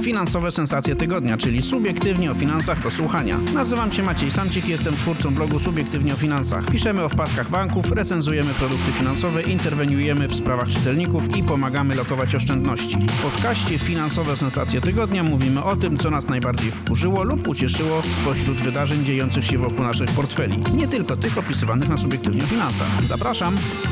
Finansowe sensacje tygodnia, czyli subiektywnie o finansach do słuchania. Nazywam się Maciej Samcik i jestem twórcą blogu Subiektywnie o finansach. Piszemy o wpadkach banków, recenzujemy produkty finansowe, interweniujemy w sprawach czytelników i pomagamy lokować oszczędności. W podcaście Finansowe sensacje tygodnia mówimy o tym, co nas najbardziej wkurzyło lub ucieszyło spośród wydarzeń dziejących się wokół naszych portfeli. Nie tylko tych opisywanych na Subiektywnie o finansach. Zapraszam!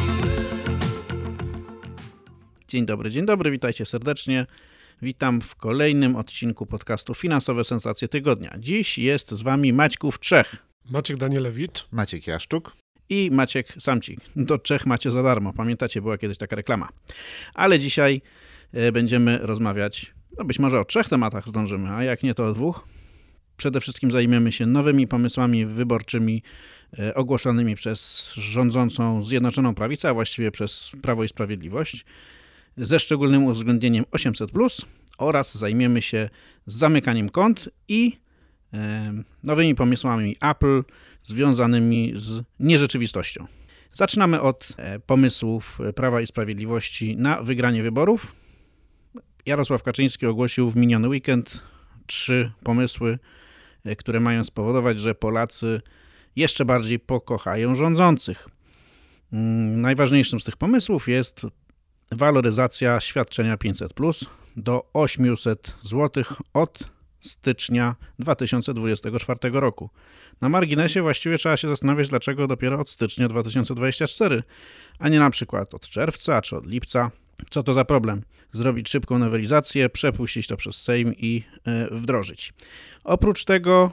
Dzień dobry, witajcie serdecznie. Witam w kolejnym odcinku podcastu Finansowe sensacje tygodnia. Dziś jest z wami Maćków trzech. Maciek Danielewicz, Maciek Jaszczuk i Maciek Samcik. Do trzech macie za darmo. Pamiętacie, była kiedyś taka reklama. Ale dzisiaj będziemy rozmawiać, być może o trzech tematach zdążymy, a jak nie to o dwóch. Przede wszystkim zajmiemy się nowymi pomysłami wyborczymi ogłoszonymi przez rządzącą Zjednoczoną Prawicę, a właściwie przez Prawo i Sprawiedliwość, ze szczególnym uwzględnieniem 800+, oraz zajmiemy się zamykaniem kont i nowymi pomysłami Apple związanymi z nierzeczywistością. Zaczynamy od pomysłów Prawa i Sprawiedliwości na wygranie wyborów. Jarosław Kaczyński ogłosił w miniony weekend 3 pomysły, które mają spowodować, że Polacy jeszcze bardziej pokochają rządzących. Najważniejszym z tych pomysłów jest waloryzacja świadczenia 500+ do 800 zł od stycznia 2024 roku. Na marginesie właściwie trzeba się zastanawiać, dlaczego dopiero od stycznia 2024, a nie na przykład od czerwca czy od lipca. Co to za problem? Zrobić szybką nowelizację, przepuścić to przez Sejm i wdrożyć. Oprócz tego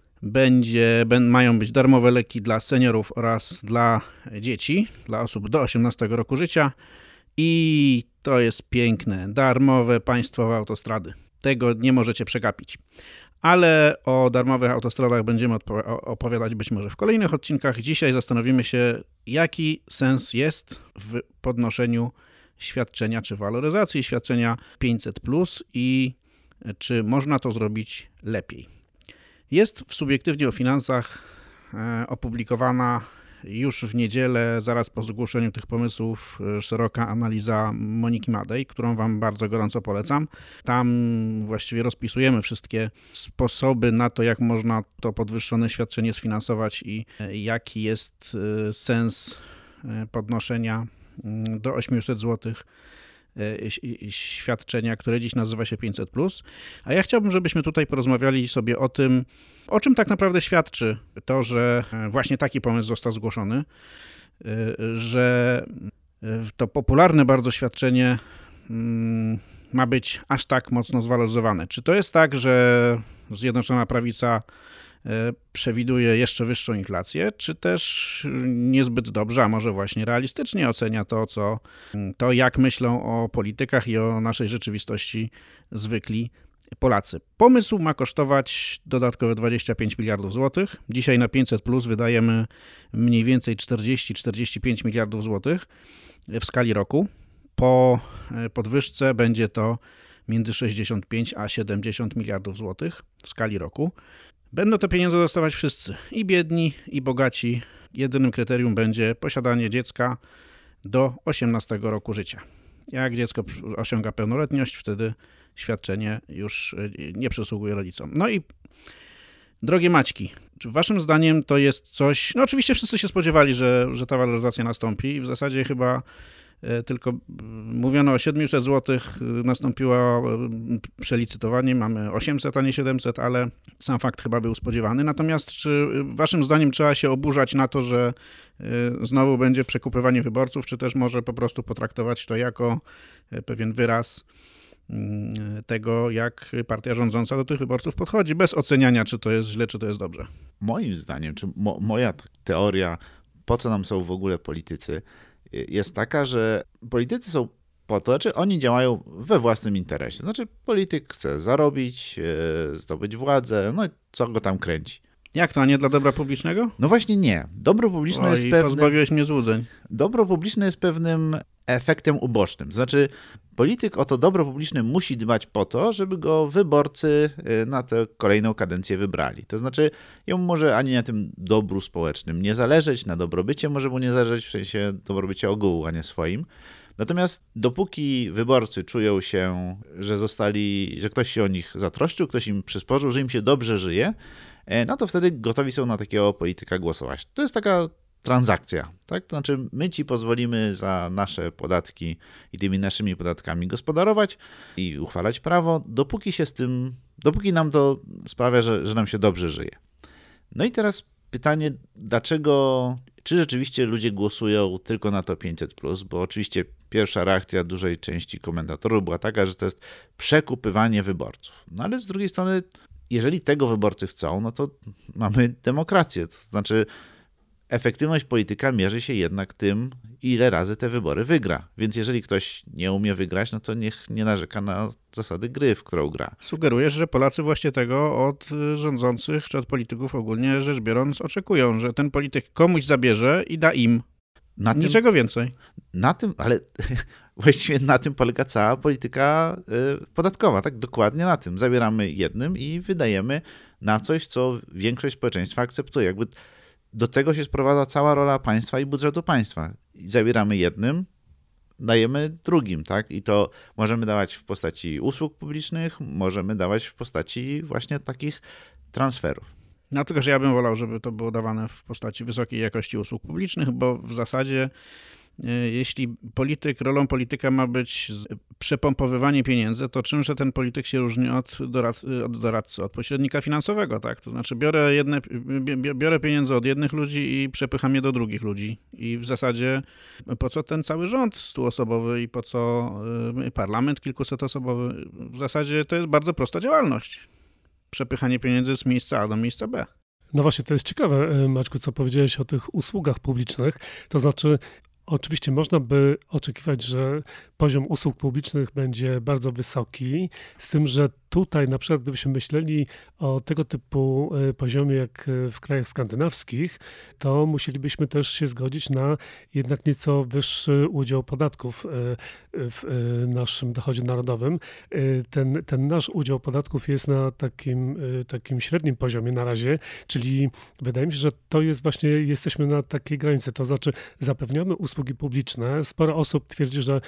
mają być darmowe leki dla seniorów oraz dla dzieci, dla osób do 18 roku życia. I to jest piękne, darmowe państwowe autostrady. Tego nie możecie przegapić. Ale o darmowych autostradach będziemy opowiadać być może w kolejnych odcinkach. Dzisiaj zastanowimy się, jaki sens jest w podnoszeniu świadczenia czy waloryzacji świadczenia 500+ i czy można to zrobić lepiej. Jest w Subiektywnie o finansach opublikowana już w niedzielę, zaraz po zgłoszeniu tych pomysłów, szeroka analiza Moniki Madej, którą wam bardzo gorąco polecam. Tam właściwie rozpisujemy wszystkie sposoby na to, jak można to podwyższone świadczenie sfinansować i jaki jest sens podnoszenia do 800 zł świadczenia, które dziś nazywa się 500+. A ja chciałbym, żebyśmy tutaj porozmawiali sobie o tym, o czym tak naprawdę świadczy to, że właśnie taki pomysł został zgłoszony, że to popularne bardzo świadczenie ma być aż tak mocno zwaloryzowane. Czy to jest tak, że Zjednoczona Prawica przewiduje jeszcze wyższą inflację, czy też niezbyt dobrze, a może właśnie realistycznie ocenia to jak myślą o politykach i o naszej rzeczywistości zwykli Polacy. Pomysł ma kosztować dodatkowe 25 miliardów złotych. Dzisiaj na 500+ wydajemy mniej więcej 40-45 miliardów złotych w skali roku. Po podwyżce będzie to między 65 a 70 miliardów złotych w skali roku. Będą te pieniądze dostawać wszyscy, i biedni, i bogaci. Jedynym kryterium będzie posiadanie dziecka do 18 roku życia. Jak dziecko osiąga pełnoletność, wtedy świadczenie już nie przysługuje rodzicom. No i drogie Maćki, czy waszym zdaniem to jest coś... No oczywiście wszyscy się spodziewali, że ta waloryzacja nastąpi i w zasadzie chyba tylko mówiono o 700 zł, nastąpiło przelicytowanie, mamy 800, a nie 700, ale sam fakt chyba był spodziewany. Natomiast czy waszym zdaniem trzeba się oburzać na to, że znowu będzie przekupywanie wyborców, czy też może po prostu potraktować to jako pewien wyraz tego, jak partia rządząca do tych wyborców podchodzi, bez oceniania, czy to jest źle, czy to jest dobrze? Moim zdaniem, czy moja teoria, po co nam są w ogóle politycy, jest taka, że politycy są po to, czy oni działają we własnym interesie. Znaczy polityk chce zarobić, zdobyć władzę, no i co go tam kręci. Jak to, a nie dla dobra publicznego? No właśnie nie. Dobro publiczne jest pewnym... pozbawiłeś mnie złudzeń. Dobro publiczne jest pewnym efektem ubocznym. Znaczy polityk o to dobro publiczne musi dbać po to, żeby go wyborcy na tę kolejną kadencję wybrali. To znaczy jemu może ani na tym dobru społecznym nie zależeć, na dobrobycie może mu nie zależeć, w sensie dobrobycie ogółu, a nie swoim. Natomiast dopóki wyborcy czują się, że ktoś się o nich zatroszczył, ktoś im przysporzył, że im się dobrze żyje, no to wtedy gotowi są na takiego polityka głosować. To jest taka transakcja, tak? To znaczy my ci pozwolimy za nasze podatki i tymi naszymi podatkami gospodarować i uchwalać prawo, dopóki nam to sprawia, że nam się dobrze żyje. No i teraz pytanie, czy rzeczywiście ludzie głosują tylko na to 500+, bo oczywiście pierwsza reakcja dużej części komentatorów była taka, że to jest przekupywanie wyborców. No ale z drugiej strony, jeżeli tego wyborcy chcą, no to mamy demokrację, to znaczy efektywność polityka mierzy się jednak tym, ile razy te wybory wygra. Więc jeżeli ktoś nie umie wygrać, no to niech nie narzeka na zasady gry, w którą gra. Sugerujesz, że Polacy właśnie tego od rządzących, czy od polityków ogólnie rzecz biorąc oczekują, że ten polityk komuś zabierze i da im. Niczego więcej. Ale właściwie na tym polega cała polityka podatkowa, tak? Dokładnie na tym. Zabieramy jednym i wydajemy na coś, co większość społeczeństwa akceptuje. Jakby do tego się sprowadza cała rola państwa i budżetu państwa. I zabieramy jednym, dajemy drugim, tak? I to możemy dawać w postaci usług publicznych, możemy dawać w postaci właśnie takich transferów. No tylko, że ja bym wolał, żeby to było dawane w postaci wysokiej jakości usług publicznych, bo w zasadzie jeśli rolą polityka ma być przepompowywanie pieniędzy, to czymże ten polityk się różni od doradcy, od pośrednika finansowego, tak? To znaczy biorę pieniądze od jednych ludzi i przepycham je do drugich ludzi. I w zasadzie po co ten cały rząd 100-osobowy i po co parlament kilkusetosobowy? W zasadzie to jest bardzo prosta działalność. Przepychanie pieniędzy z miejsca A do miejsca B. No właśnie, to jest ciekawe, Maćku, co powiedziałeś o tych usługach publicznych. To znaczy, oczywiście można by oczekiwać, że poziom usług publicznych będzie bardzo wysoki, z tym, że tutaj na przykład gdybyśmy myśleli o tego typu poziomie jak w krajach skandynawskich, to musielibyśmy też się zgodzić na jednak nieco wyższy udział podatków w naszym dochodzie narodowym. Ten nasz udział podatków jest na takim średnim poziomie na razie, czyli wydaje mi się, że to jest właśnie, jesteśmy na takiej granicy, to znaczy zapewniamy usługi publiczne. Sporo osób twierdzi, że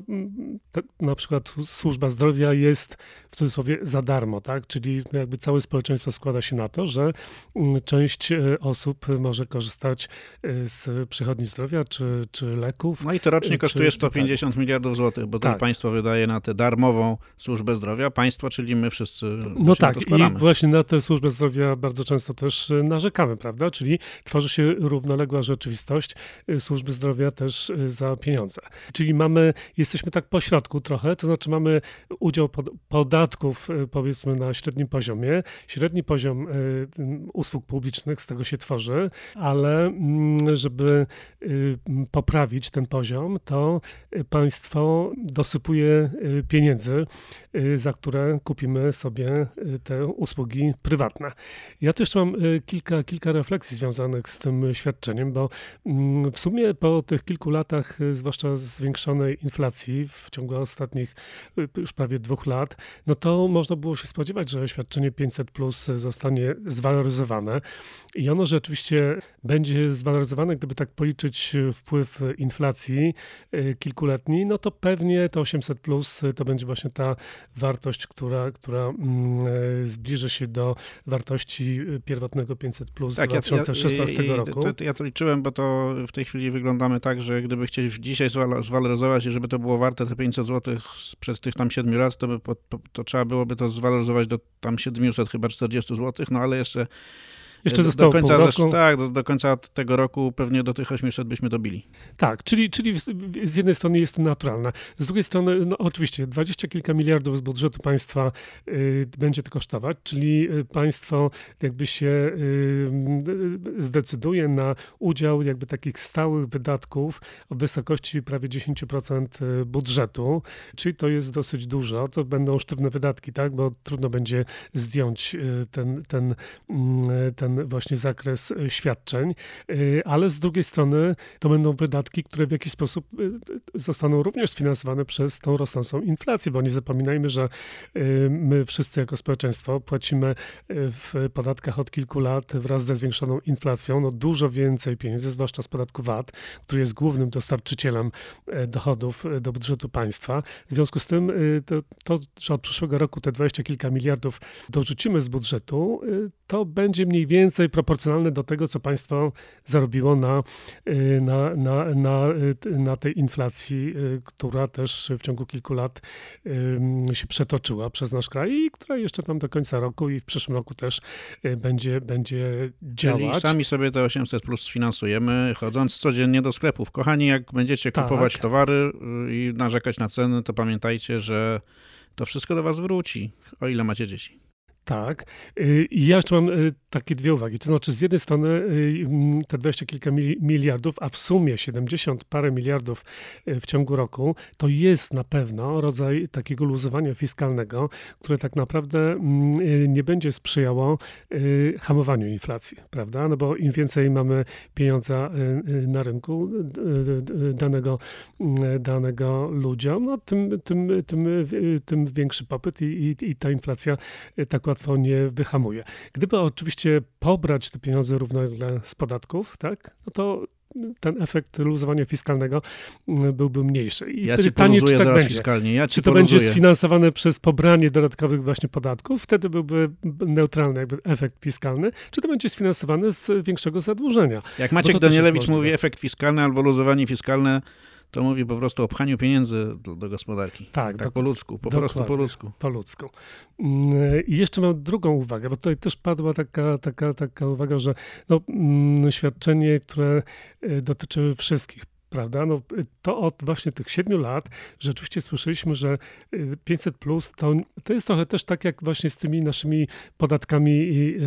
na przykład służba zdrowia jest w cudzysłowie za darmo, tak? Czyli jakby całe społeczeństwo składa się na to, że część osób może korzystać z przychodni zdrowia czy leków. No i to rocznie kosztuje 150 miliardów złotych, bo to państwo wydaje na tę darmową służbę zdrowia. Państwo, czyli my wszyscy. No tak, i właśnie na tę służbę zdrowia bardzo często też narzekamy, prawda? Czyli tworzy się równoległa rzeczywistość służby zdrowia też za pieniądze. Czyli jesteśmy tak po środku trochę, to znaczy mamy udział podatków powiedzmy na średnim poziomie. Średni poziom usług publicznych z tego się tworzy, ale żeby poprawić ten poziom, to państwo dosypuje pieniędzy, za które kupimy sobie te usługi prywatne. Ja tu jeszcze mam kilka refleksji związanych z tym świadczeniem, bo w sumie po tych kilku latach, zwłaszcza zwiększonej inflacji w ciągu ostatnich już prawie 2 lat, no to można było się spodziewać, że świadczenie 500+ zostanie zwaloryzowane i ono rzeczywiście będzie zwaloryzowane, gdyby tak policzyć wpływ inflacji kilkuletni, no to pewnie to 800+ to będzie właśnie ta wartość, która zbliży się do wartości pierwotnego 500+ z 2016 roku. Ja to liczyłem, bo to w tej chwili wyglądamy tak, że gdyby chcieli dzisiaj zwaloryzować i żeby to było warte te 500 zł sprzed tych tam 7 lat, to trzeba byłoby to zwaloryzować do tam 700 chyba 40 zł, no ale jeszcze zostało pół roku. Tak, do końca tego roku pewnie do tych 800 byśmy dobili. Tak, czyli z jednej strony jest to naturalne. Z drugiej strony, no oczywiście 20 kilka miliardów z budżetu państwa będzie to kosztować, czyli państwo jakby się zdecyduje na udział jakby takich stałych wydatków o wysokości prawie 10% budżetu, czyli to jest dosyć dużo. To będą sztywne wydatki, tak, bo trudno będzie zdjąć ten ten właśnie zakres świadczeń, ale z drugiej strony to będą wydatki, które w jakiś sposób zostaną również sfinansowane przez tą rosnącą inflację, bo nie zapominajmy, że my wszyscy jako społeczeństwo płacimy w podatkach od kilku lat wraz ze zwiększoną inflacją dużo więcej pieniędzy, zwłaszcza z podatku VAT, który jest głównym dostarczycielem dochodów do budżetu państwa. W związku z tym to, że od przyszłego roku te 20 kilka miliardów dorzucimy z budżetu, to będzie mniej więcej proporcjonalne do tego, co państwo zarobiło na tej inflacji, która też w ciągu kilku lat się przetoczyła przez nasz kraj i która jeszcze tam do końca roku i w przyszłym roku też będzie działać. Czyli sami sobie te 800 plus sfinansujemy, chodząc codziennie do sklepów. Kochani, jak będziecie kupować towary i narzekać na ceny, to pamiętajcie, że to wszystko do was wróci, o ile macie dzieci. Tak. I ja jeszcze mam takie dwie uwagi. To znaczy z jednej strony te 20 kilka miliardów, a w sumie 70 parę miliardów w ciągu roku, to jest na pewno rodzaj takiego luzowania fiskalnego, które tak naprawdę nie będzie sprzyjało hamowaniu inflacji, prawda? No bo im więcej mamy pieniądza na rynku danego ludziom, no tym większy popyt i ta inflacja tak łatwo nie wyhamuje. Gdyby oczywiście pobrać te pieniądze równolegle z podatków, tak, no to ten efekt luzowania fiskalnego byłby mniejszy. I pytanie, czy tak będzie. Czy to będzie sfinansowane przez pobranie dodatkowych właśnie podatków, wtedy byłby neutralny jakby efekt fiskalny, czy to będzie sfinansowane z większego zadłużenia. Jak Maciek Danielewicz mówi efekt fiskalny albo luzowanie fiskalne, to mówi po prostu o pchaniu pieniędzy do gospodarki. Tak po ludzku, po prostu po ludzku. Po ludzku. I jeszcze mam drugą uwagę, bo tutaj też padła taka uwaga, że świadczenie, które dotyczy wszystkich, prawda? No, to od właśnie tych 7 lat rzeczywiście słyszeliśmy, że 500 plus to jest trochę też tak jak właśnie z tymi naszymi podatkami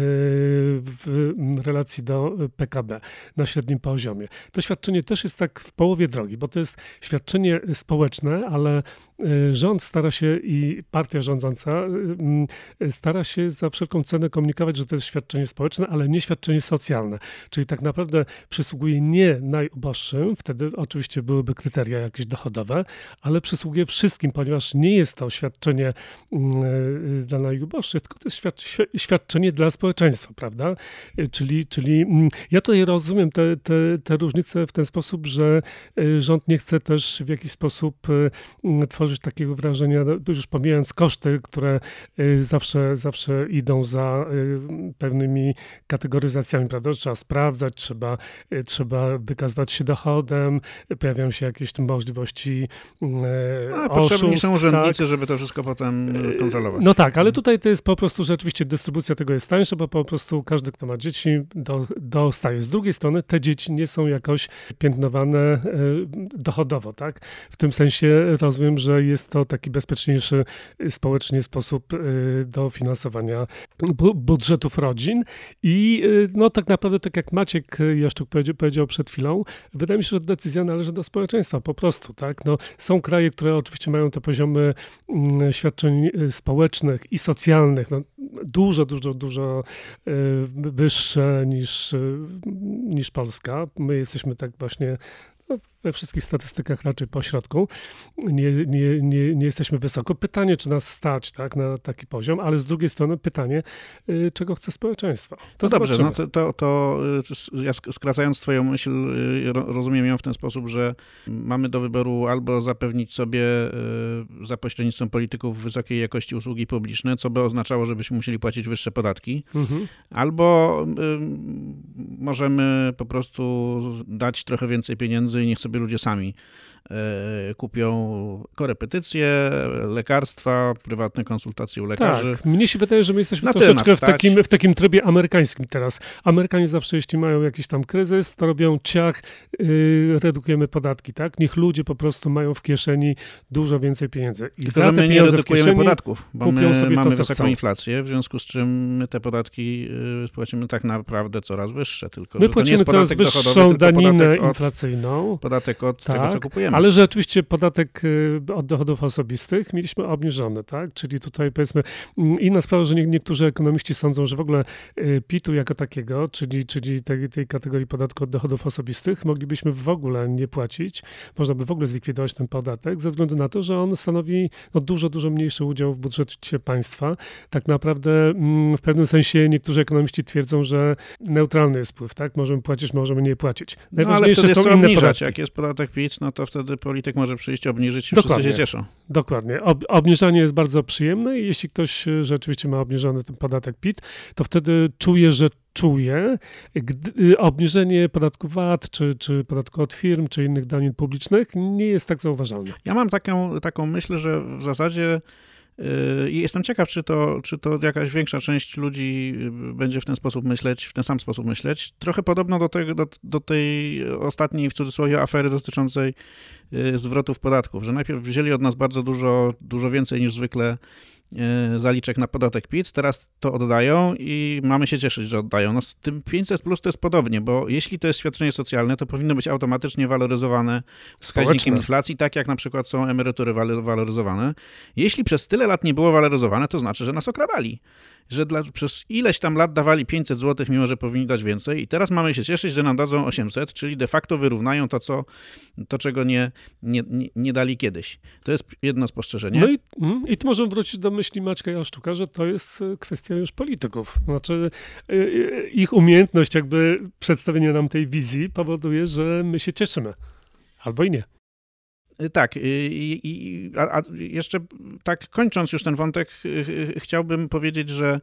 w relacji do PKB na średnim poziomie. To świadczenie też jest tak w połowie drogi, bo to jest świadczenie społeczne, ale rząd stara się i partia rządząca stara się za wszelką cenę komunikować, że to jest świadczenie społeczne, ale nie świadczenie socjalne. Czyli tak naprawdę przysługuje nie najuboższym, wtedy oczywiście byłyby kryteria jakieś dochodowe, ale przysługuje wszystkim, ponieważ nie jest to świadczenie dla najuboższych, tylko to jest świadczenie dla społeczeństwa, prawda? Czyli ja tutaj rozumiem te różnice w ten sposób, że rząd nie chce też w jakiś sposób tworzyć takiego wrażenia, już pomijając koszty, które zawsze idą za pewnymi kategoryzacjami, prawda? Trzeba sprawdzać, trzeba wykazywać się dochodem, pojawiają się jakieś możliwości oszustw. Potrzebni są urzędnicy, żeby to wszystko potem kontrolować. No tak, ale tutaj to jest po prostu rzeczywiście dystrybucja tego jest tańsza, bo po prostu każdy, kto ma dzieci, dostaje. Z drugiej strony te dzieci nie są jakoś piętnowane dochodowo, tak? W tym sensie rozumiem, że jest to taki bezpieczniejszy społecznie sposób do finansowania budżetów rodzin i tak naprawdę, tak jak Maciek Jaszczuk powiedział przed chwilą, wydaje mi się, że decyzja należy do społeczeństwa po prostu, tak? No, są kraje, które oczywiście mają te poziomy świadczeń społecznych i socjalnych, dużo wyższe niż Polska. My jesteśmy tak właśnie we wszystkich statystykach raczej po środku. Nie jesteśmy wysoko. Pytanie, czy nas stać tak, na taki poziom, ale z drugiej strony pytanie, czego chce społeczeństwo. To dobrze, to ja skracając twoją myśl, rozumiem ją w ten sposób, że mamy do wyboru albo zapewnić sobie za pośrednictwem polityków wysokiej jakości usługi publiczne, co by oznaczało, żebyśmy musieli płacić wyższe podatki, albo możemy po prostu dać trochę więcej pieniędzy i niech sobie ludzie sami kupią korepetycje, lekarstwa, prywatne konsultacje u lekarzy. Tak, mnie się wydaje, że my jesteśmy troszeczkę w takim trybie amerykańskim teraz. Amerykanie zawsze, jeśli mają jakiś tam kryzys, to robią ciach, redukujemy podatki, tak? Niech ludzie po prostu mają w kieszeni dużo więcej pieniędzy. I tylko, że my nie redukujemy podatków, bo my mamy wysoką inflację, w związku z czym my te podatki płacimy tak naprawdę coraz wyższe. Tylko my płacimy coraz wyższą daninę inflacyjną. Podatek od tego, co kupujemy. Ale rzeczywiście podatek od dochodów osobistych mieliśmy obniżony, tak? Czyli tutaj powiedzmy inna sprawa, że niektórzy ekonomiści sądzą, że w ogóle PIT-u jako takiego, czyli tej kategorii podatku od dochodów osobistych moglibyśmy w ogóle nie płacić. Można by w ogóle zlikwidować ten podatek ze względu na to, że on stanowi dużo mniejszy udział w budżecie państwa. Tak naprawdę w pewnym sensie niektórzy ekonomiści twierdzą, że neutralny jest wpływ, tak? Możemy płacić, możemy nie płacić. Najważniejsze ale wtedy są inne podatki. Jak jest podatek PIT, no to wtedy polityk może przyjść, obniżyć i wszyscy się cieszą. Dokładnie. Obniżanie jest bardzo przyjemne i jeśli ktoś rzeczywiście ma obniżony ten podatek PIT, to wtedy czuje, obniżenie podatku VAT, czy podatku od firm, czy innych danin publicznych nie jest tak zauważalne. Ja mam taką myśl, że w zasadzie jestem ciekaw, czy to jakaś większa część ludzi będzie w ten sam sposób myśleć. Trochę podobno do tej ostatniej, w cudzysłowie, afery dotyczącej zwrotów podatków, że najpierw wzięli od nas bardzo dużo więcej niż zwykle zaliczek na podatek PIT, teraz to oddają i mamy się cieszyć, że oddają. No z tym 500 plus to jest podobnie, bo jeśli to jest świadczenie socjalne, to powinno być automatycznie waloryzowane wskaźnikiem inflacji, tak jak na przykład są emerytury waloryzowane. Jeśli przez tyle lat nie było waloryzowane, to znaczy, że nas okradali. Że przez ileś tam lat dawali 500 zł, mimo że powinni dać więcej i teraz mamy się cieszyć, że nam dadzą 800, czyli de facto wyrównają to czego nie dali kiedyś. To jest jedno spostrzeżenie. No i tu możemy wrócić do myśli Maćka Jaszczuka, że to jest kwestia już polityków. Znaczy ich umiejętność jakby przedstawienia nam tej wizji powoduje, że my się cieszymy. Albo i nie. Tak, a jeszcze tak kończąc już ten wątek, chciałbym powiedzieć, że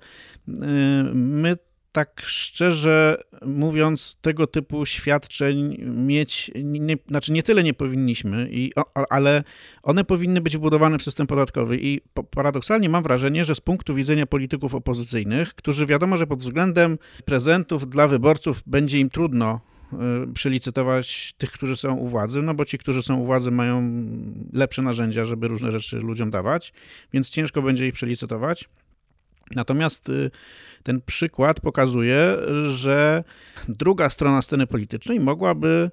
my tak szczerze mówiąc tego typu świadczeń mieć, nie tyle nie powinniśmy, ale one powinny być wbudowane w system podatkowy i paradoksalnie mam wrażenie, że z punktu widzenia polityków opozycyjnych, którzy wiadomo, że pod względem prezentów dla wyborców będzie im trudno przylicytować tych, którzy są u władzy, no bo ci, którzy są u władzy mają lepsze narzędzia, żeby różne rzeczy ludziom dawać, więc ciężko będzie ich przelicytować. Natomiast ten przykład pokazuje, że druga strona sceny politycznej mogłaby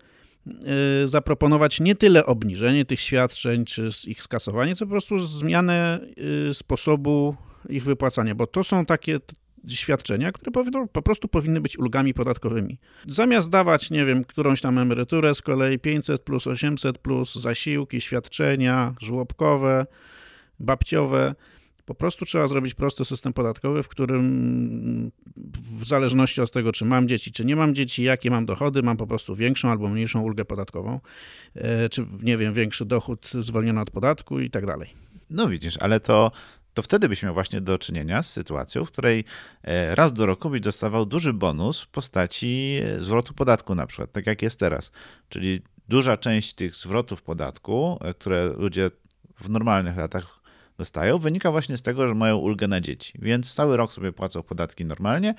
zaproponować nie tyle obniżenie tych świadczeń, czy ich skasowanie, co po prostu zmianę sposobu ich wypłacania, bo to są takie świadczenia, które po prostu powinny być ulgami podatkowymi. Zamiast dawać, nie wiem, którąś tam emeryturę, z kolei 500 plus 800 plus zasiłki, świadczenia żłobkowe, babciowe, po prostu trzeba zrobić prosty system podatkowy, w którym w zależności od tego, czy mam dzieci, czy nie mam dzieci, jakie mam dochody, mam po prostu większą albo mniejszą ulgę podatkową, czy nie wiem, większy dochód zwolniony od podatku i tak dalej. No widzisz, ale to wtedy byśmy miał właśnie do czynienia z sytuacją, w której raz do roku byś dostawał duży bonus w postaci zwrotu podatku na przykład, tak jak jest teraz. Czyli duża część tych zwrotów podatku, które ludzie w normalnych latach dostają, wynika właśnie z tego, że mają ulgę na dzieci. Więc cały rok sobie płacą podatki normalnie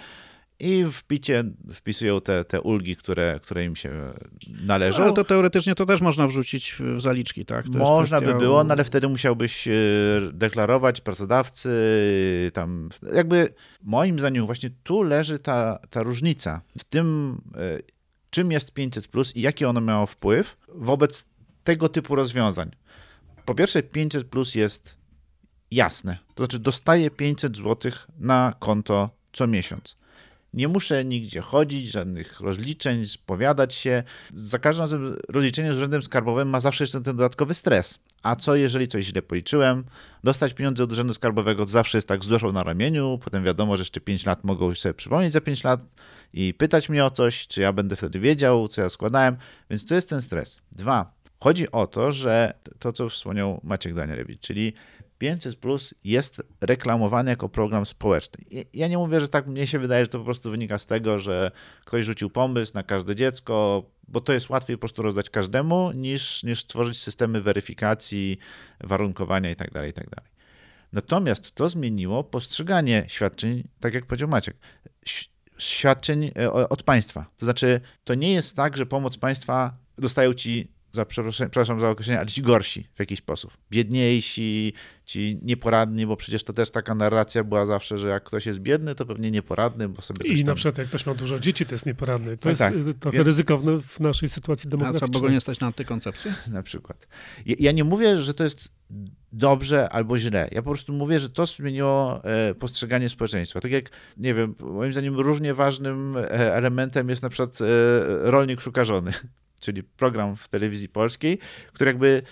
i w PIT-cie wpisują te ulgi, które im się należą. Ale to teoretycznie to też można wrzucić w zaliczki, tak? To można by było, no ale wtedy musiałbyś deklarować pracodawcy, tam jakby moim zdaniem właśnie tu leży ta różnica w tym, czym jest 500+ i jaki ono miało wpływ wobec tego typu rozwiązań. Po pierwsze 500+ jest jasne, to znaczy dostaję 500 zł na konto co miesiąc. Nie muszę nigdzie chodzić, żadnych rozliczeń, spowiadać się. Za każdym razem rozliczenie z urzędem skarbowym ma zawsze jeszcze ten dodatkowy stres. A co jeżeli coś źle policzyłem? Dostać pieniądze od urzędu skarbowego to zawsze jest tak z duszą na ramieniu, potem wiadomo, że jeszcze 5 lat mogą sobie przypomnieć za 5 lat i pytać mnie o coś, czy ja będę wtedy wiedział, co ja składałem, więc tu jest ten stres. 2. Chodzi o to, że to, co wspomniał Maciek Danielewicz, czyli 500+ jest reklamowany jako program społeczny. Ja nie mówię, że tak, mnie się wydaje, że to po prostu wynika z tego, że ktoś rzucił pomysł na każde dziecko, bo to jest łatwiej po prostu rozdać każdemu, niż tworzyć systemy weryfikacji, warunkowania itd. Natomiast to zmieniło postrzeganie świadczeń, tak jak powiedział Maciek, świadczeń od państwa. To znaczy, to nie jest tak, że pomoc państwa dostają ci przepraszam za określenie, ale ci gorsi w jakiś sposób. Biedniejsi, ci nieporadni, bo przecież to też taka narracja była zawsze, że jak ktoś jest biedny, to pewnie nieporadny, bo sobie coś I tam... na przykład jak ktoś ma dużo dzieci, to jest nieporadny. To jest trochę Więc... ryzykowne w naszej sytuacji demograficznej. A co, bo go nie stać na antykoncepcję? Na przykład. Ja nie mówię, że to jest dobrze albo źle. Ja po prostu mówię, że to zmieniło postrzeganie społeczeństwa. Tak jak, nie wiem, moim zdaniem równie ważnym elementem jest na przykład Rolnik szuka żony, czyli program w telewizji polskiej, który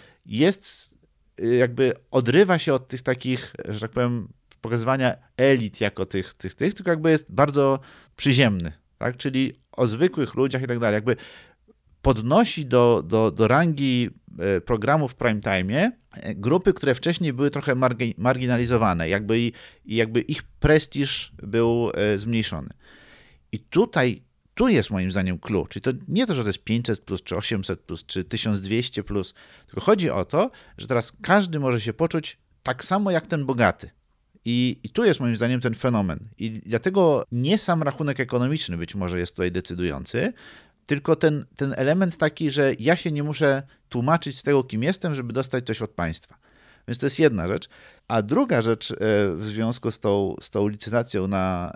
jakby odrywa się od tych takich, że tak powiem, pokazywania elit jako tych, tylko jakby jest bardzo przyziemny, tak? Czyli o zwykłych ludziach i tak dalej. Jakby podnosi do rangi programów w prime time grupy, które wcześniej były trochę marginalizowane, jakby ich prestiż był zmniejszony. I tu jest moim zdaniem clue, czyli to nie to, że to jest 500 plus, czy 800 plus, czy 1200 plus, tylko chodzi o to, że teraz każdy może się poczuć tak samo jak ten bogaty. I tu jest moim zdaniem ten fenomen. I dlatego nie sam rachunek ekonomiczny być może jest tutaj decydujący, tylko ten element taki, że ja się nie muszę tłumaczyć z tego, kim jestem, żeby dostać coś od państwa. Więc to jest jedna rzecz. A druga rzecz w związku z tą licytacją na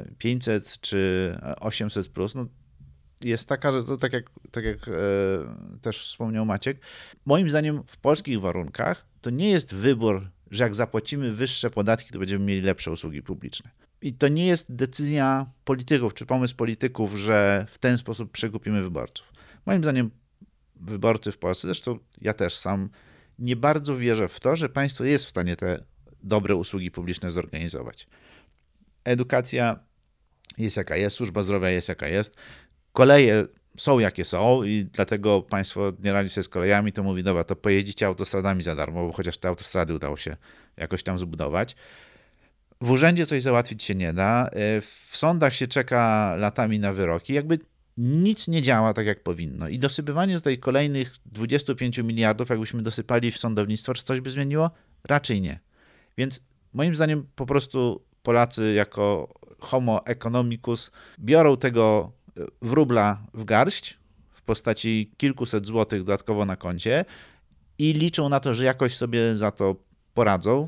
500 czy 800 plus, no jest taka, że to tak jak też wspomniał Maciek, moim zdaniem w polskich warunkach to nie jest wybór, że jak zapłacimy wyższe podatki, to będziemy mieli lepsze usługi publiczne. I to nie jest decyzja polityków, czy pomysł polityków, że w ten sposób przekupimy wyborców. Moim zdaniem wyborcy w Polsce, zresztą ja też sam nie bardzo wierzę w to, że państwo jest w stanie te dobre usługi publiczne zorganizować. Edukacja jest jaka jest, służba zdrowia jest jaka jest, koleje są jakie są i dlatego państwo nie radzi sobie z kolejami, to mówi, dobra, to pojeździcie autostradami za darmo, bo chociaż te autostrady udało się jakoś tam zbudować. W urzędzie coś załatwić się nie da, w sądach się czeka latami na wyroki, jakby nic nie działa tak, jak powinno. I dosypywanie tutaj kolejnych 25 miliardów, jakbyśmy dosypali w sądownictwo, czy coś by zmieniło? Raczej nie. Więc moim zdaniem po prostu Polacy jako homo economicus biorą tego wróbla w garść w postaci kilkuset złotych dodatkowo na koncie i liczą na to, że jakoś sobie za to poradzą,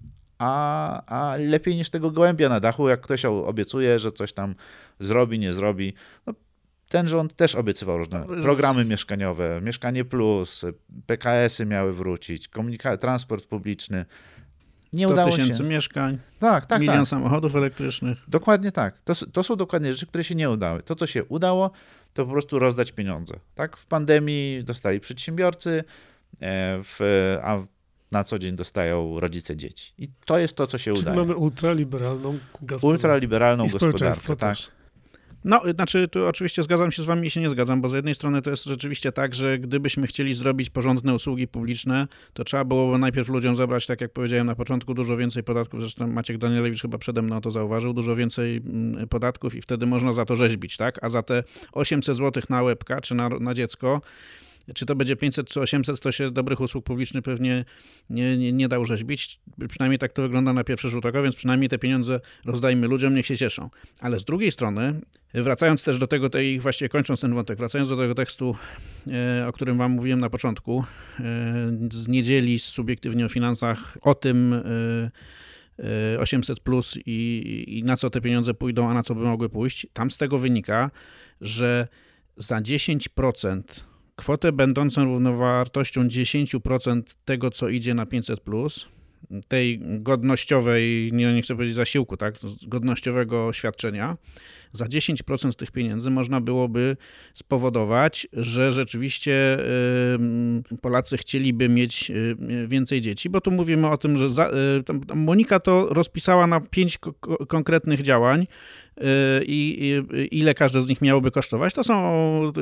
a lepiej niż tego gołębia na dachu, jak ktoś obiecuje, że coś tam zrobi, nie zrobi. No, ten rząd też obiecywał różne programy mieszkaniowe, Mieszkanie Plus, PKS-y miały wrócić, transport publiczny. Nie 100 udało się. 000 mieszkań, tak, milion samochodów elektrycznych. Dokładnie tak. To są dokładnie rzeczy, które się nie udały. To, co się udało, to po prostu rozdać pieniądze. Tak? W pandemii dostali przedsiębiorcy, a na co dzień dostają rodzice dzieci. I to jest to, co się udaje. Mamy ultraliberalną gospodarkę. Ultraliberalną gospodarkę, tak. Też. No, znaczy tu oczywiście zgadzam się z wami i się nie zgadzam, bo z jednej strony to jest rzeczywiście tak, że gdybyśmy chcieli zrobić porządne usługi publiczne, to trzeba było najpierw ludziom zabrać, tak jak powiedziałem na początku, dużo więcej podatków, zresztą Maciek Danielewicz chyba przede mną to zauważył, dużo więcej podatków i wtedy można za to rzeźbić, tak? A za te 800 zł na łebka czy na dziecko, czy to będzie 500 czy 800, to się dobrych usług publicznych pewnie nie da urzeźbić. Przynajmniej tak to wygląda na pierwszy rzut oka, więc przynajmniej te pieniądze rozdajmy ludziom, niech się cieszą. Ale z drugiej strony, wracając też do tego, właściwie kończąc ten wątek, wracając do tego tekstu, o którym wam mówiłem na początku, z niedzieli, subiektywnie o finansach, o tym 800 plus i na co te pieniądze pójdą, a na co by mogły pójść, tam z tego wynika, że za 10% kwotę będącą równowartością 10% tego, co idzie na 500+, tej godnościowej, nie chcę powiedzieć zasiłku, tak, godnościowego świadczenia, za 10% tych pieniędzy można byłoby spowodować, że rzeczywiście Polacy chcieliby mieć więcej dzieci, bo tu mówimy o tym, że Monika to rozpisała na 5 konkretnych działań i ile każde z nich miałoby kosztować. To są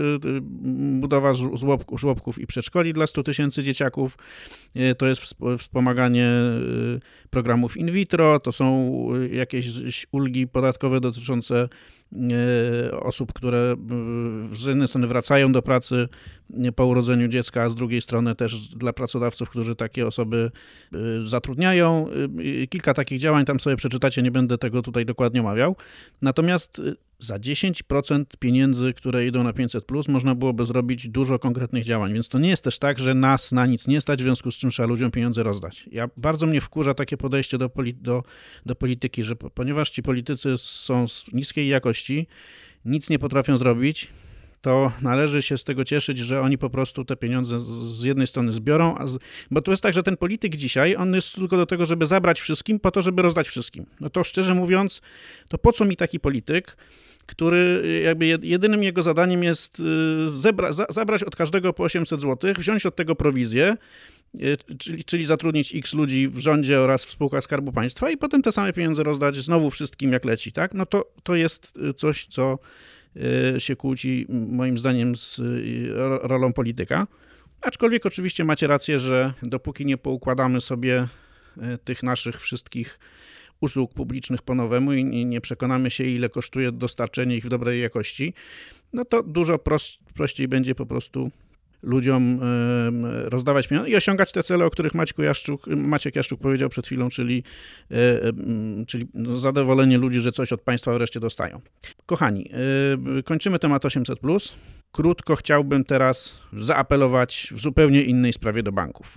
budowa żłobków i przedszkoli dla 100 000 dzieciaków, to jest wspomaganie programów in vitro, to są jakieś ulgi podatkowe dotyczące osób, które z jednej strony wracają do pracy po urodzeniu dziecka, a z drugiej strony też dla pracodawców, którzy takie osoby zatrudniają. Kilka takich działań tam sobie przeczytacie, nie będę tego tutaj dokładnie omawiał. Natomiast za 10% pieniędzy, które idą na 500+, można byłoby zrobić dużo konkretnych działań, więc to nie jest też tak, że nas na nic nie stać, w związku z czym trzeba ludziom pieniądze rozdać. Bardzo mnie wkurza takie podejście do polityki, że ponieważ ci politycy są z niskiej jakości, nic nie potrafią zrobić, to należy się z tego cieszyć, że oni po prostu te pieniądze z jednej strony zbiorą, bo to jest tak, że ten polityk dzisiaj, on jest tylko do tego, żeby zabrać wszystkim, po to, żeby rozdać wszystkim. No to szczerze mówiąc, to po co mi taki polityk, który jakby jedynym jego zadaniem jest zabrać od każdego po 800 zł, wziąć od tego prowizję, czyli zatrudnić x ludzi w rządzie oraz w spółkach Skarbu Państwa i potem te same pieniądze rozdać znowu wszystkim jak leci, tak? No to jest coś, co się kłóci moim zdaniem z rolą polityka. Aczkolwiek oczywiście macie rację, że dopóki nie poukładamy sobie tych naszych wszystkich usług publicznych po nowemu i nie przekonamy się, ile kosztuje dostarczenie ich w dobrej jakości, no to dużo prościej będzie po ludziom rozdawać pieniądze i osiągać te cele, o których Maciek Jaszczuk powiedział przed chwilą, czyli zadowolenie ludzi, że coś od państwa wreszcie dostają. Kochani, kończymy temat 800+. Krótko chciałbym teraz zaapelować w zupełnie innej sprawie do banków.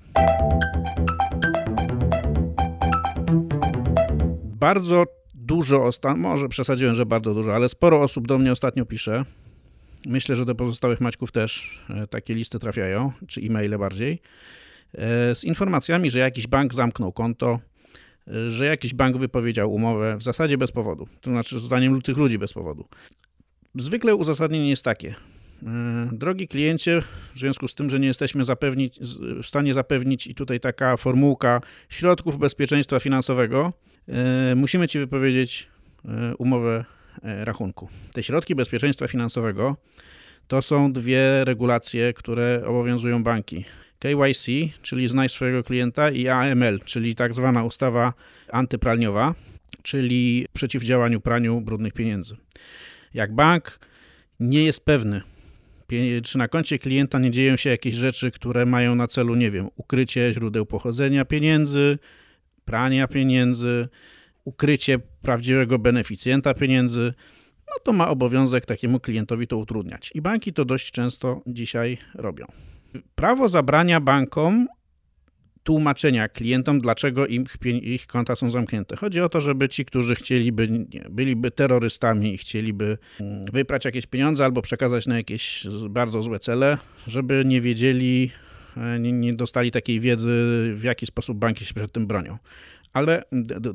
Bardzo dużo, może przesadziłem, że bardzo dużo, ale sporo osób do mnie ostatnio pisze. Myślę, że do pozostałych Maćków też takie listy trafiają, czy e-maile bardziej, z informacjami, że jakiś bank zamknął konto, że jakiś bank wypowiedział umowę w zasadzie bez powodu, to znaczy zdaniem tych ludzi bez powodu. Zwykle uzasadnienie jest takie. Drogi kliencie, w związku z tym, że nie jesteśmy w stanie zapewnić i tutaj taka formułka środków bezpieczeństwa finansowego, musimy Ci wypowiedzieć umowę rachunku. Te środki bezpieczeństwa finansowego to są dwie regulacje, które obowiązują banki. KYC, czyli znaj swojego klienta, i AML, czyli tak zwana ustawa antypralniowa, czyli przeciwdziałaniu praniu brudnych pieniędzy. Jak bank nie jest pewny, czy na koncie klienta nie dzieją się jakieś rzeczy, które mają na celu, nie wiem, ukrycie źródeł pochodzenia pieniędzy, prania pieniędzy, ukrycie prawdziwego beneficjenta pieniędzy, no to ma obowiązek takiemu klientowi to utrudniać. I banki to dość często dzisiaj robią. Prawo zabrania bankom tłumaczenia klientom, dlaczego ich konta są zamknięte. Chodzi o to, żeby ci, którzy byliby terrorystami i chcieliby wyprać jakieś pieniądze albo przekazać na jakieś bardzo złe cele, żeby nie wiedzieli, nie dostali takiej wiedzy, w jaki sposób banki się przed tym bronią. Ale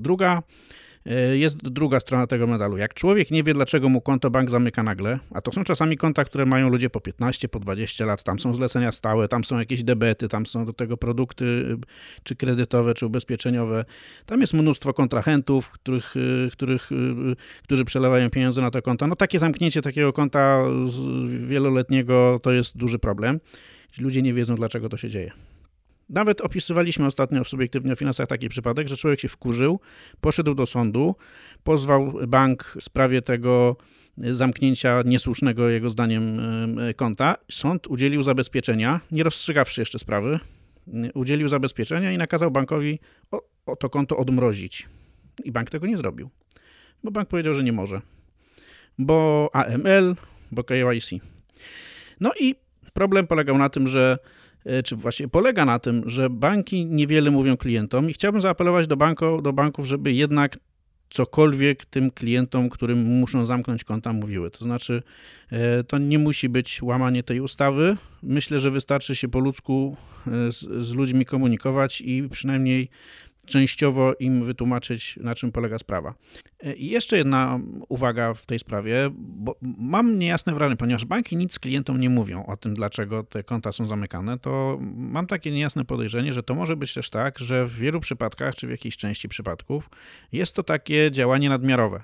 jest druga strona tego medalu. Jak człowiek nie wie, dlaczego mu konto bank zamyka nagle, a to są czasami konta, które mają ludzie po 15, po 20 lat, tam są zlecenia stałe, tam są jakieś debety, tam są do tego produkty czy kredytowe, czy ubezpieczeniowe. Tam jest mnóstwo kontrahentów, którzy przelewają pieniądze na to konto. No takie zamknięcie takiego konta wieloletniego to jest duży problem. Ludzie nie wiedzą, dlaczego to się dzieje. Nawet opisywaliśmy ostatnio w Subiektywnie o Finansach taki przypadek, że człowiek się wkurzył, poszedł do sądu, pozwał bank w sprawie tego zamknięcia niesłusznego jego zdaniem konta. Sąd udzielił zabezpieczenia, nie rozstrzygawszy jeszcze sprawy, udzielił zabezpieczenia i nakazał bankowi to konto odmrozić. I bank tego nie zrobił, bo bank powiedział, że nie może, bo AML, bo KYC. No i problem polegał na tym, polega na tym, że banki niewiele mówią klientom i chciałbym zaapelować do banków, żeby jednak cokolwiek tym klientom, którym muszą zamknąć konta, mówiły. To znaczy, to nie musi być łamanie tej ustawy. Myślę, że wystarczy się po ludzku z ludźmi komunikować i przynajmniej częściowo im wytłumaczyć, na czym polega sprawa. I jeszcze jedna uwaga w tej sprawie, bo mam niejasne wrażenie, ponieważ banki nic klientom nie mówią o tym, dlaczego te konta są zamykane, to mam takie niejasne podejrzenie, że to może być też tak, że w wielu przypadkach, czy w jakiejś części przypadków jest to takie działanie nadmiarowe.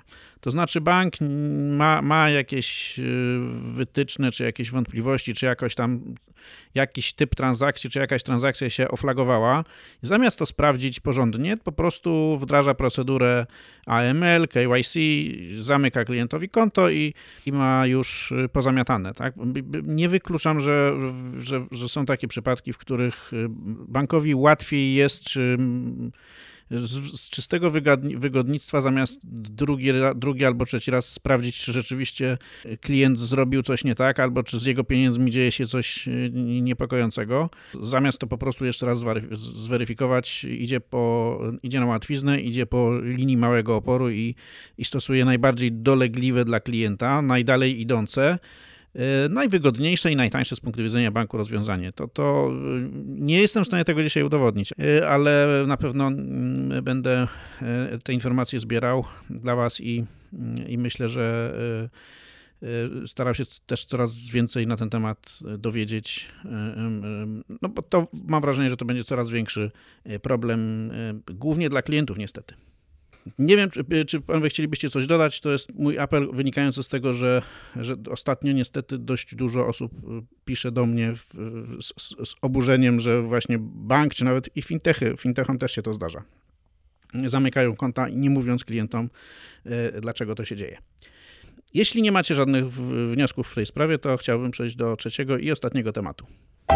To znaczy bank ma jakieś wytyczne, czy jakieś wątpliwości, czy jakiś typ transakcji, czy jakaś transakcja się oflagowała. I zamiast to sprawdzić porządnie, po prostu wdraża procedurę AML, KYC, zamyka klientowi konto i ma już pozamiatane. Tak? Nie wykluczam, że są takie przypadki, w których bankowi łatwiej jest, czy z czystego wygodnictwa zamiast drugi albo trzeci raz sprawdzić, czy rzeczywiście klient zrobił coś nie tak, albo czy z jego pieniędzmi dzieje się coś niepokojącego. Zamiast to po prostu jeszcze raz zweryfikować, idzie na łatwiznę, idzie po linii małego oporu i stosuje najbardziej dolegliwe dla klienta, najdalej idące, najwygodniejsze i najtańsze z punktu widzenia banku rozwiązanie. To nie jestem w stanie tego dzisiaj udowodnić, ale na pewno będę te informacje zbierał dla was i myślę, że starał się też coraz więcej na ten temat dowiedzieć, no bo to mam wrażenie, że to będzie coraz większy problem, głównie dla klientów niestety. Nie wiem, czy panowie chcielibyście coś dodać. To jest mój apel wynikający z tego, że ostatnio niestety dość dużo osób pisze do mnie z oburzeniem, że właśnie bank, czy nawet i fintechom też się to zdarza. Zamykają konta, nie mówiąc klientom, dlaczego to się dzieje. Jeśli nie macie żadnych wniosków w tej sprawie, to chciałbym przejść do trzeciego i ostatniego tematu.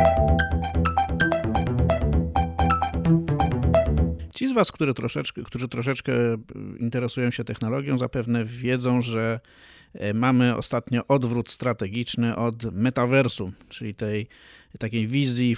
Ci z was, którzy troszeczkę interesują się technologią, zapewne wiedzą, że mamy ostatnio odwrót strategiczny od metaversum, czyli tej takiej wizji,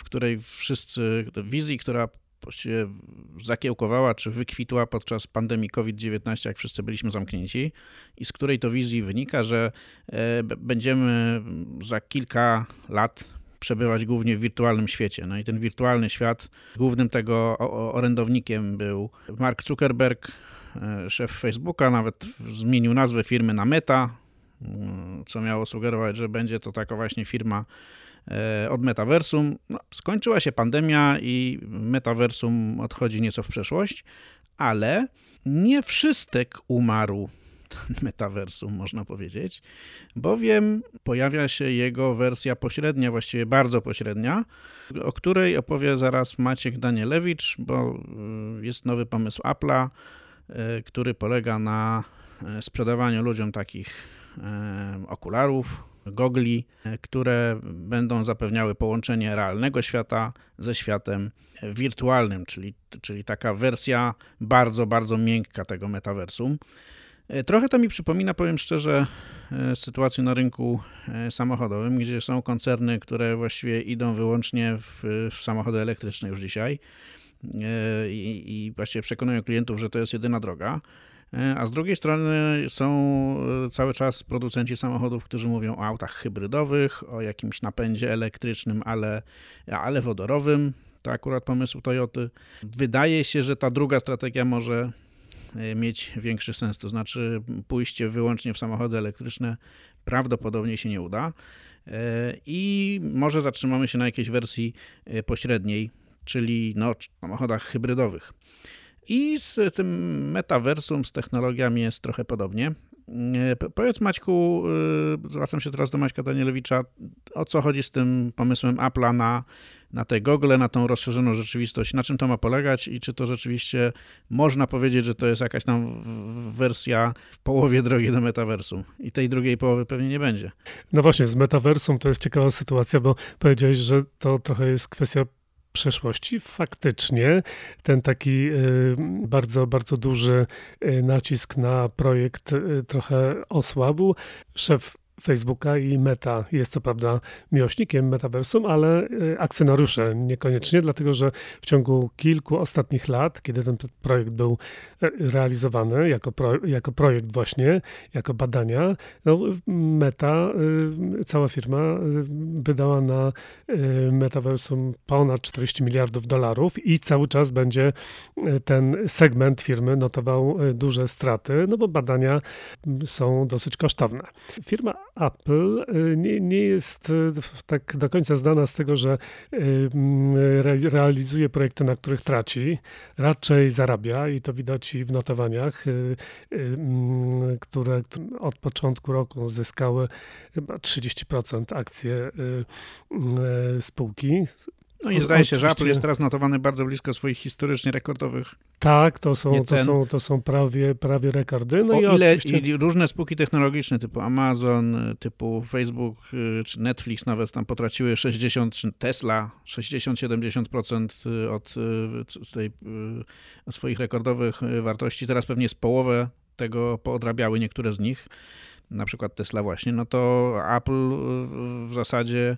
która się zakiełkowała czy wykwitła podczas pandemii COVID-19, jak wszyscy byliśmy zamknięci i z której to wizji wynika, że będziemy za kilka lat przebywać głównie w wirtualnym świecie. No i ten wirtualny świat, głównym tego orędownikiem był Mark Zuckerberg, szef Facebooka, nawet zmienił nazwę firmy na Meta, co miało sugerować, że będzie to taka właśnie firma od metaversum. No, skończyła się pandemia i metaversum odchodzi nieco w przeszłość, ale nie wszystek umarł metaversum, można powiedzieć, bowiem pojawia się jego wersja pośrednia, właściwie bardzo pośrednia, o której opowie zaraz Maciek Danielewicz, bo jest nowy pomysł Apple'a, który polega na sprzedawaniu ludziom takich okularów, gogli, które będą zapewniały połączenie realnego świata ze światem wirtualnym, czyli taka wersja bardzo, bardzo miękka tego metaversum. Trochę to mi przypomina, powiem szczerze, sytuację na rynku samochodowym, gdzie są koncerny, które właściwie idą wyłącznie w samochody elektryczne już dzisiaj i właściwie przekonują klientów, że to jest jedyna droga. A z drugiej strony są cały czas producenci samochodów, którzy mówią o autach hybrydowych, o jakimś napędzie elektrycznym, ale wodorowym. To akurat pomysł Toyoty. Wydaje się, że ta druga strategia może mieć większy sens, to znaczy pójście wyłącznie w samochody elektryczne prawdopodobnie się nie uda i może zatrzymamy się na jakiejś wersji pośredniej, czyli w samochodach hybrydowych. I z tym metaversum, z technologiami jest trochę podobnie. Powiedz Maćku, zwracam się teraz do Maćka Danielewicza, o co chodzi z tym pomysłem Apple'a na te gogle, na tą rozszerzoną rzeczywistość, na czym to ma polegać i czy to rzeczywiście można powiedzieć, że to jest jakaś tam wersja w połowie drogi do metaversum i tej drugiej połowy pewnie nie będzie. No właśnie, z metaversum to jest ciekawa sytuacja, bo powiedziałeś, że to trochę jest kwestia przeszłości. Faktycznie ten taki bardzo, bardzo duży nacisk na projekt trochę osłabł. Szef Facebooka i Meta jest co prawda miłośnikiem metaversum, ale akcjonariusze niekoniecznie, dlatego że w ciągu kilku ostatnich lat, kiedy ten projekt był realizowany jako projekt właśnie, jako badania, Meta, cała firma wydała na metaversum ponad $40 miliardów i cały czas będzie ten segment firmy notował duże straty, no bo badania są dosyć kosztowne. Firma Apple nie jest tak do końca znana z tego, że realizuje projekty, na których traci. Raczej zarabia i to widać i w notowaniach, które od początku roku zyskały chyba 30% akcje spółki. No i zdaje się, że Apple jest teraz notowany bardzo blisko swoich historycznie rekordowych. Tak, to są prawie rekordy. No i różne spółki technologiczne typu Amazon, typu Facebook czy Netflix nawet tam potraciły 60, czy Tesla 60-70% od swoich rekordowych wartości. Teraz pewnie z połowę tego poodrabiały niektóre z nich, na przykład Tesla właśnie. No to Apple w zasadzie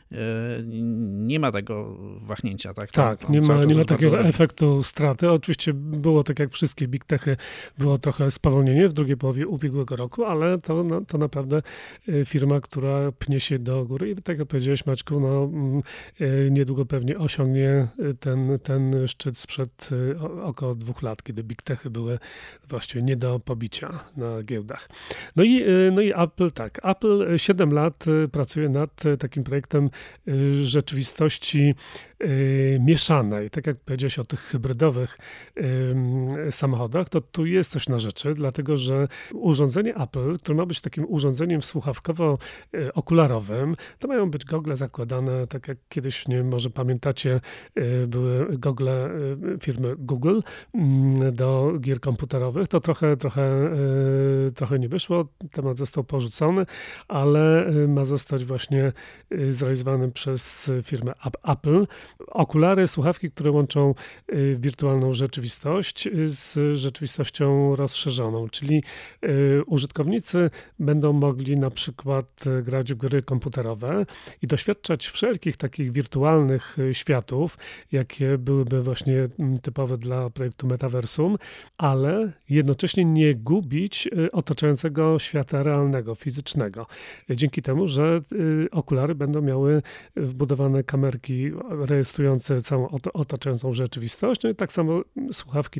nie ma tego wahnięcia. Tak, nie ma takiego efektu straty. Oczywiście było tak jak wszystkie big techy, było trochę spowolnienie w drugiej połowie ubiegłego roku, ale to naprawdę firma, która pnie się do góry i tak jak powiedziałeś, Maćku, niedługo pewnie osiągnie ten szczyt sprzed około 2 lat, kiedy big techy były właściwie nie do pobicia na giełdach. No i Apple, tak. Apple 7 lat pracuje nad takim projektem rzeczywistości mieszanej. Tak jak powiedziałeś o tych hybrydowych samochodach, to tu jest coś na rzeczy, dlatego że urządzenie Apple, które ma być takim urządzeniem słuchawkowo-okularowym, to mają być gogle zakładane, tak jak kiedyś, nie wiem, może pamiętacie, były gogle firmy Google do gier komputerowych. To trochę nie wyszło, temat został porzucony, ale ma zostać właśnie zrealizowany przez firmę Apple. Okulary, słuchawki, które łączą wirtualną rzeczywistość z rzeczywistością rozszerzoną, czyli użytkownicy będą mogli na przykład grać w gry komputerowe i doświadczać wszelkich takich wirtualnych światów, jakie byłyby właśnie typowe dla projektu Metaversum, ale jednocześnie nie gubić otaczającego świata realnego, fizycznego. Dzięki temu, że okulary będą miały wbudowane kamerki rejestrujące całą otaczającą rzeczywistość. No i tak samo słuchawki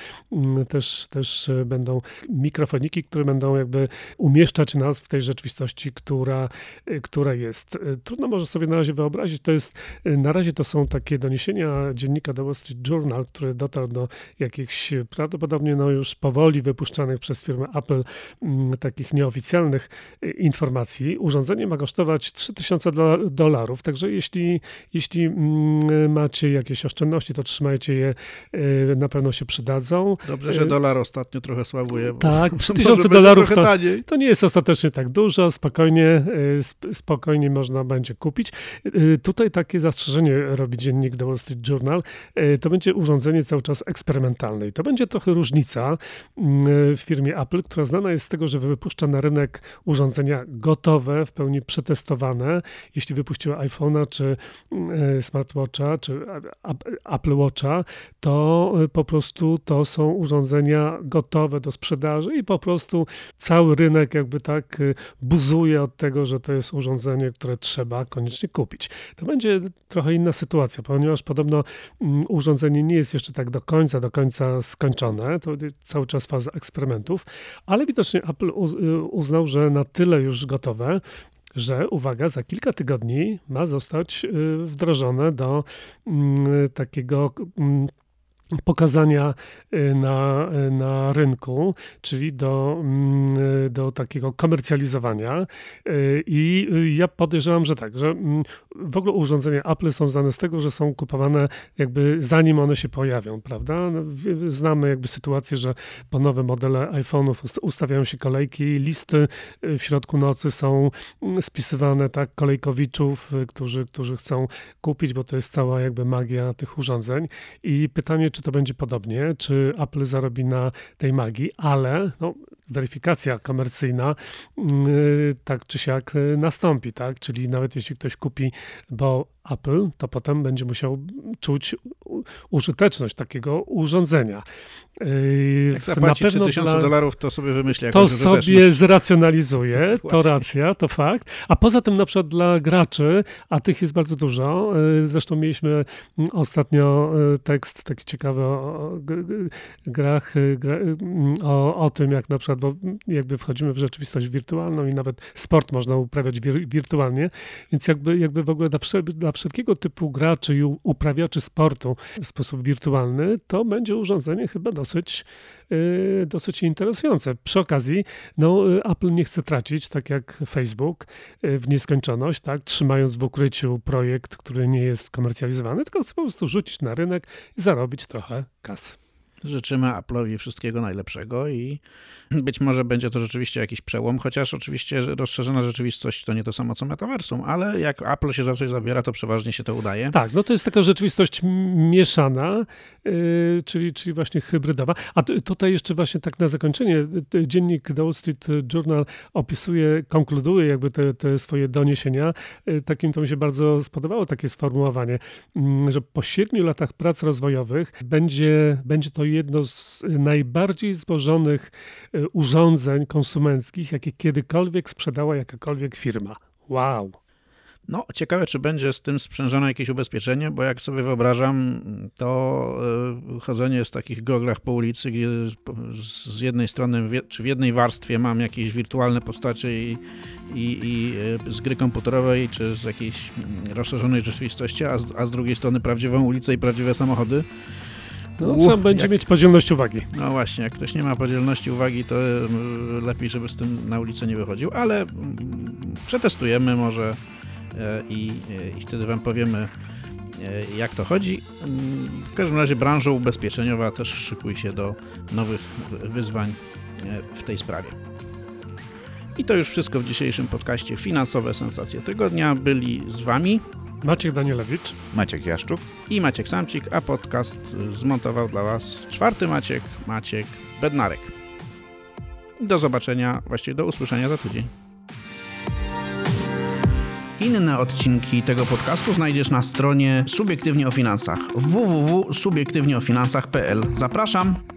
też będą mikrofoniki, które będą jakby umieszczać nas w tej rzeczywistości, która jest. Trudno może sobie na razie wyobrazić, na razie to są takie doniesienia dziennika The Wall Street Journal, który dotarł do jakichś prawdopodobnie już powoli wypuszczanych przez firmę Apple takich nieoficjalnych informacji. Urządzenie ma kosztować $3000, także jeśli macie jakieś oszczędności, to trzymajcie je, na pewno się przydadzą. Dobrze, że dolar ostatnio trochę słabuje. Tak, $3000 to nie jest ostatecznie tak dużo, spokojnie można będzie kupić. Tutaj takie zastrzeżenie robi dziennik The Wall Street Journal. To będzie urządzenie cały czas eksperymentalne i to będzie trochę różnica w firmie Apple, która znana jest z tego, że wypuszcza na rynek urządzenia gotowe, w pełni przetestowane. Jeśli wypuściła iPhone'a, czy smartwatcha, czy Apple Watcha, to po prostu to są urządzenia gotowe do sprzedaży i po prostu cały rynek jakby tak buzuje od tego, że to jest urządzenie, które trzeba koniecznie kupić. To będzie trochę inna sytuacja, ponieważ podobno urządzenie nie jest jeszcze tak do końca skończone, to cały czas faza eksperymentów, ale widocznie Apple uznał, że na tyle już gotowe, że, uwaga, za kilka tygodni ma zostać wdrożone do takiego pokazania na rynku, czyli do takiego komercjalizowania i ja podejrzewam, że tak, że w ogóle urządzenia Apple są znane z tego, że są kupowane jakby zanim one się pojawią, prawda? Znamy jakby sytuację, że po nowe modele iPhone'ów ustawiają się kolejki, listy w środku nocy są spisywane, tak, kolejkowiczów, którzy chcą kupić, bo to jest cała jakby magia tych urządzeń i pytanie, czy to będzie podobnie, czy Apple zarobi na tej magii, ale weryfikacja komercyjna tak czy siak nastąpi, tak? Czyli nawet jeśli ktoś kupi, bo Apple, to potem będzie musiał czuć użyteczność takiego urządzenia. Jak zapłaci $3000, to sobie wymyśli jakąś to użyteczność. sobie zracjonalizuje, to racja, to fakt. A poza tym na przykład dla graczy, a tych jest bardzo dużo, zresztą mieliśmy ostatnio tekst taki ciekawy o grach, o tym, jak na przykład, bo jakby wchodzimy w rzeczywistość wirtualną i nawet sport można uprawiać wirtualnie, więc jakby w ogóle dla wszelkiego typu graczy i uprawiaczy sportu w sposób wirtualny, to będzie urządzenie chyba dosyć interesujące. Przy okazji, Apple nie chce tracić, tak jak Facebook, w nieskończoność, tak, trzymając w ukryciu projekt, który nie jest komercjalizowany, tylko chce po prostu rzucić na rynek i zarobić trochę kasy. Życzymy Apple'owi wszystkiego najlepszego i być może będzie to rzeczywiście jakiś przełom, chociaż oczywiście rozszerzona rzeczywistość to nie to samo co metaversum, ale jak Apple się za coś zabiera, to przeważnie się to udaje. Tak, to jest taka rzeczywistość mieszana, czyli właśnie hybrydowa. A tutaj jeszcze właśnie tak na zakończenie, dziennik The Wall Street Journal konkluduje jakby te swoje doniesienia. Takim to mi się bardzo spodobało, takie sformułowanie, że po 7 latach prac rozwojowych będzie to jedno z najbardziej złożonych urządzeń konsumenckich, jakie kiedykolwiek sprzedała jakakolwiek firma. Wow! Ciekawe, czy będzie z tym sprzężone jakieś ubezpieczenie, bo jak sobie wyobrażam, to chodzenie w takich goglach po ulicy, gdzie z jednej strony, czy w jednej warstwie mam jakieś wirtualne postacie i z gry komputerowej, czy z jakiejś rozszerzonej rzeczywistości, a z drugiej strony prawdziwą ulicę i prawdziwe samochody. Trzeba będzie mieć podzielność uwagi. No właśnie, jak ktoś nie ma podzielności uwagi, to lepiej, żeby z tym na ulicę nie wychodził, ale przetestujemy może i wtedy wam powiemy, jak to chodzi. W każdym razie branża ubezpieczeniowa też szykuje się do nowych wyzwań w tej sprawie. I to już wszystko w dzisiejszym podcaście Finansowe Sensacje Tygodnia. Byli z wami Maciek Danielewicz, Maciek Jaszczuk i Maciek Samcik, a podcast zmontował dla was 4. Maciek Bednarek. Do zobaczenia, właściwie do usłyszenia za tydzień. Inne odcinki tego podcastu znajdziesz na stronie Subiektywnie o Finansach www.subiektywnieofinansach.pl. Zapraszam!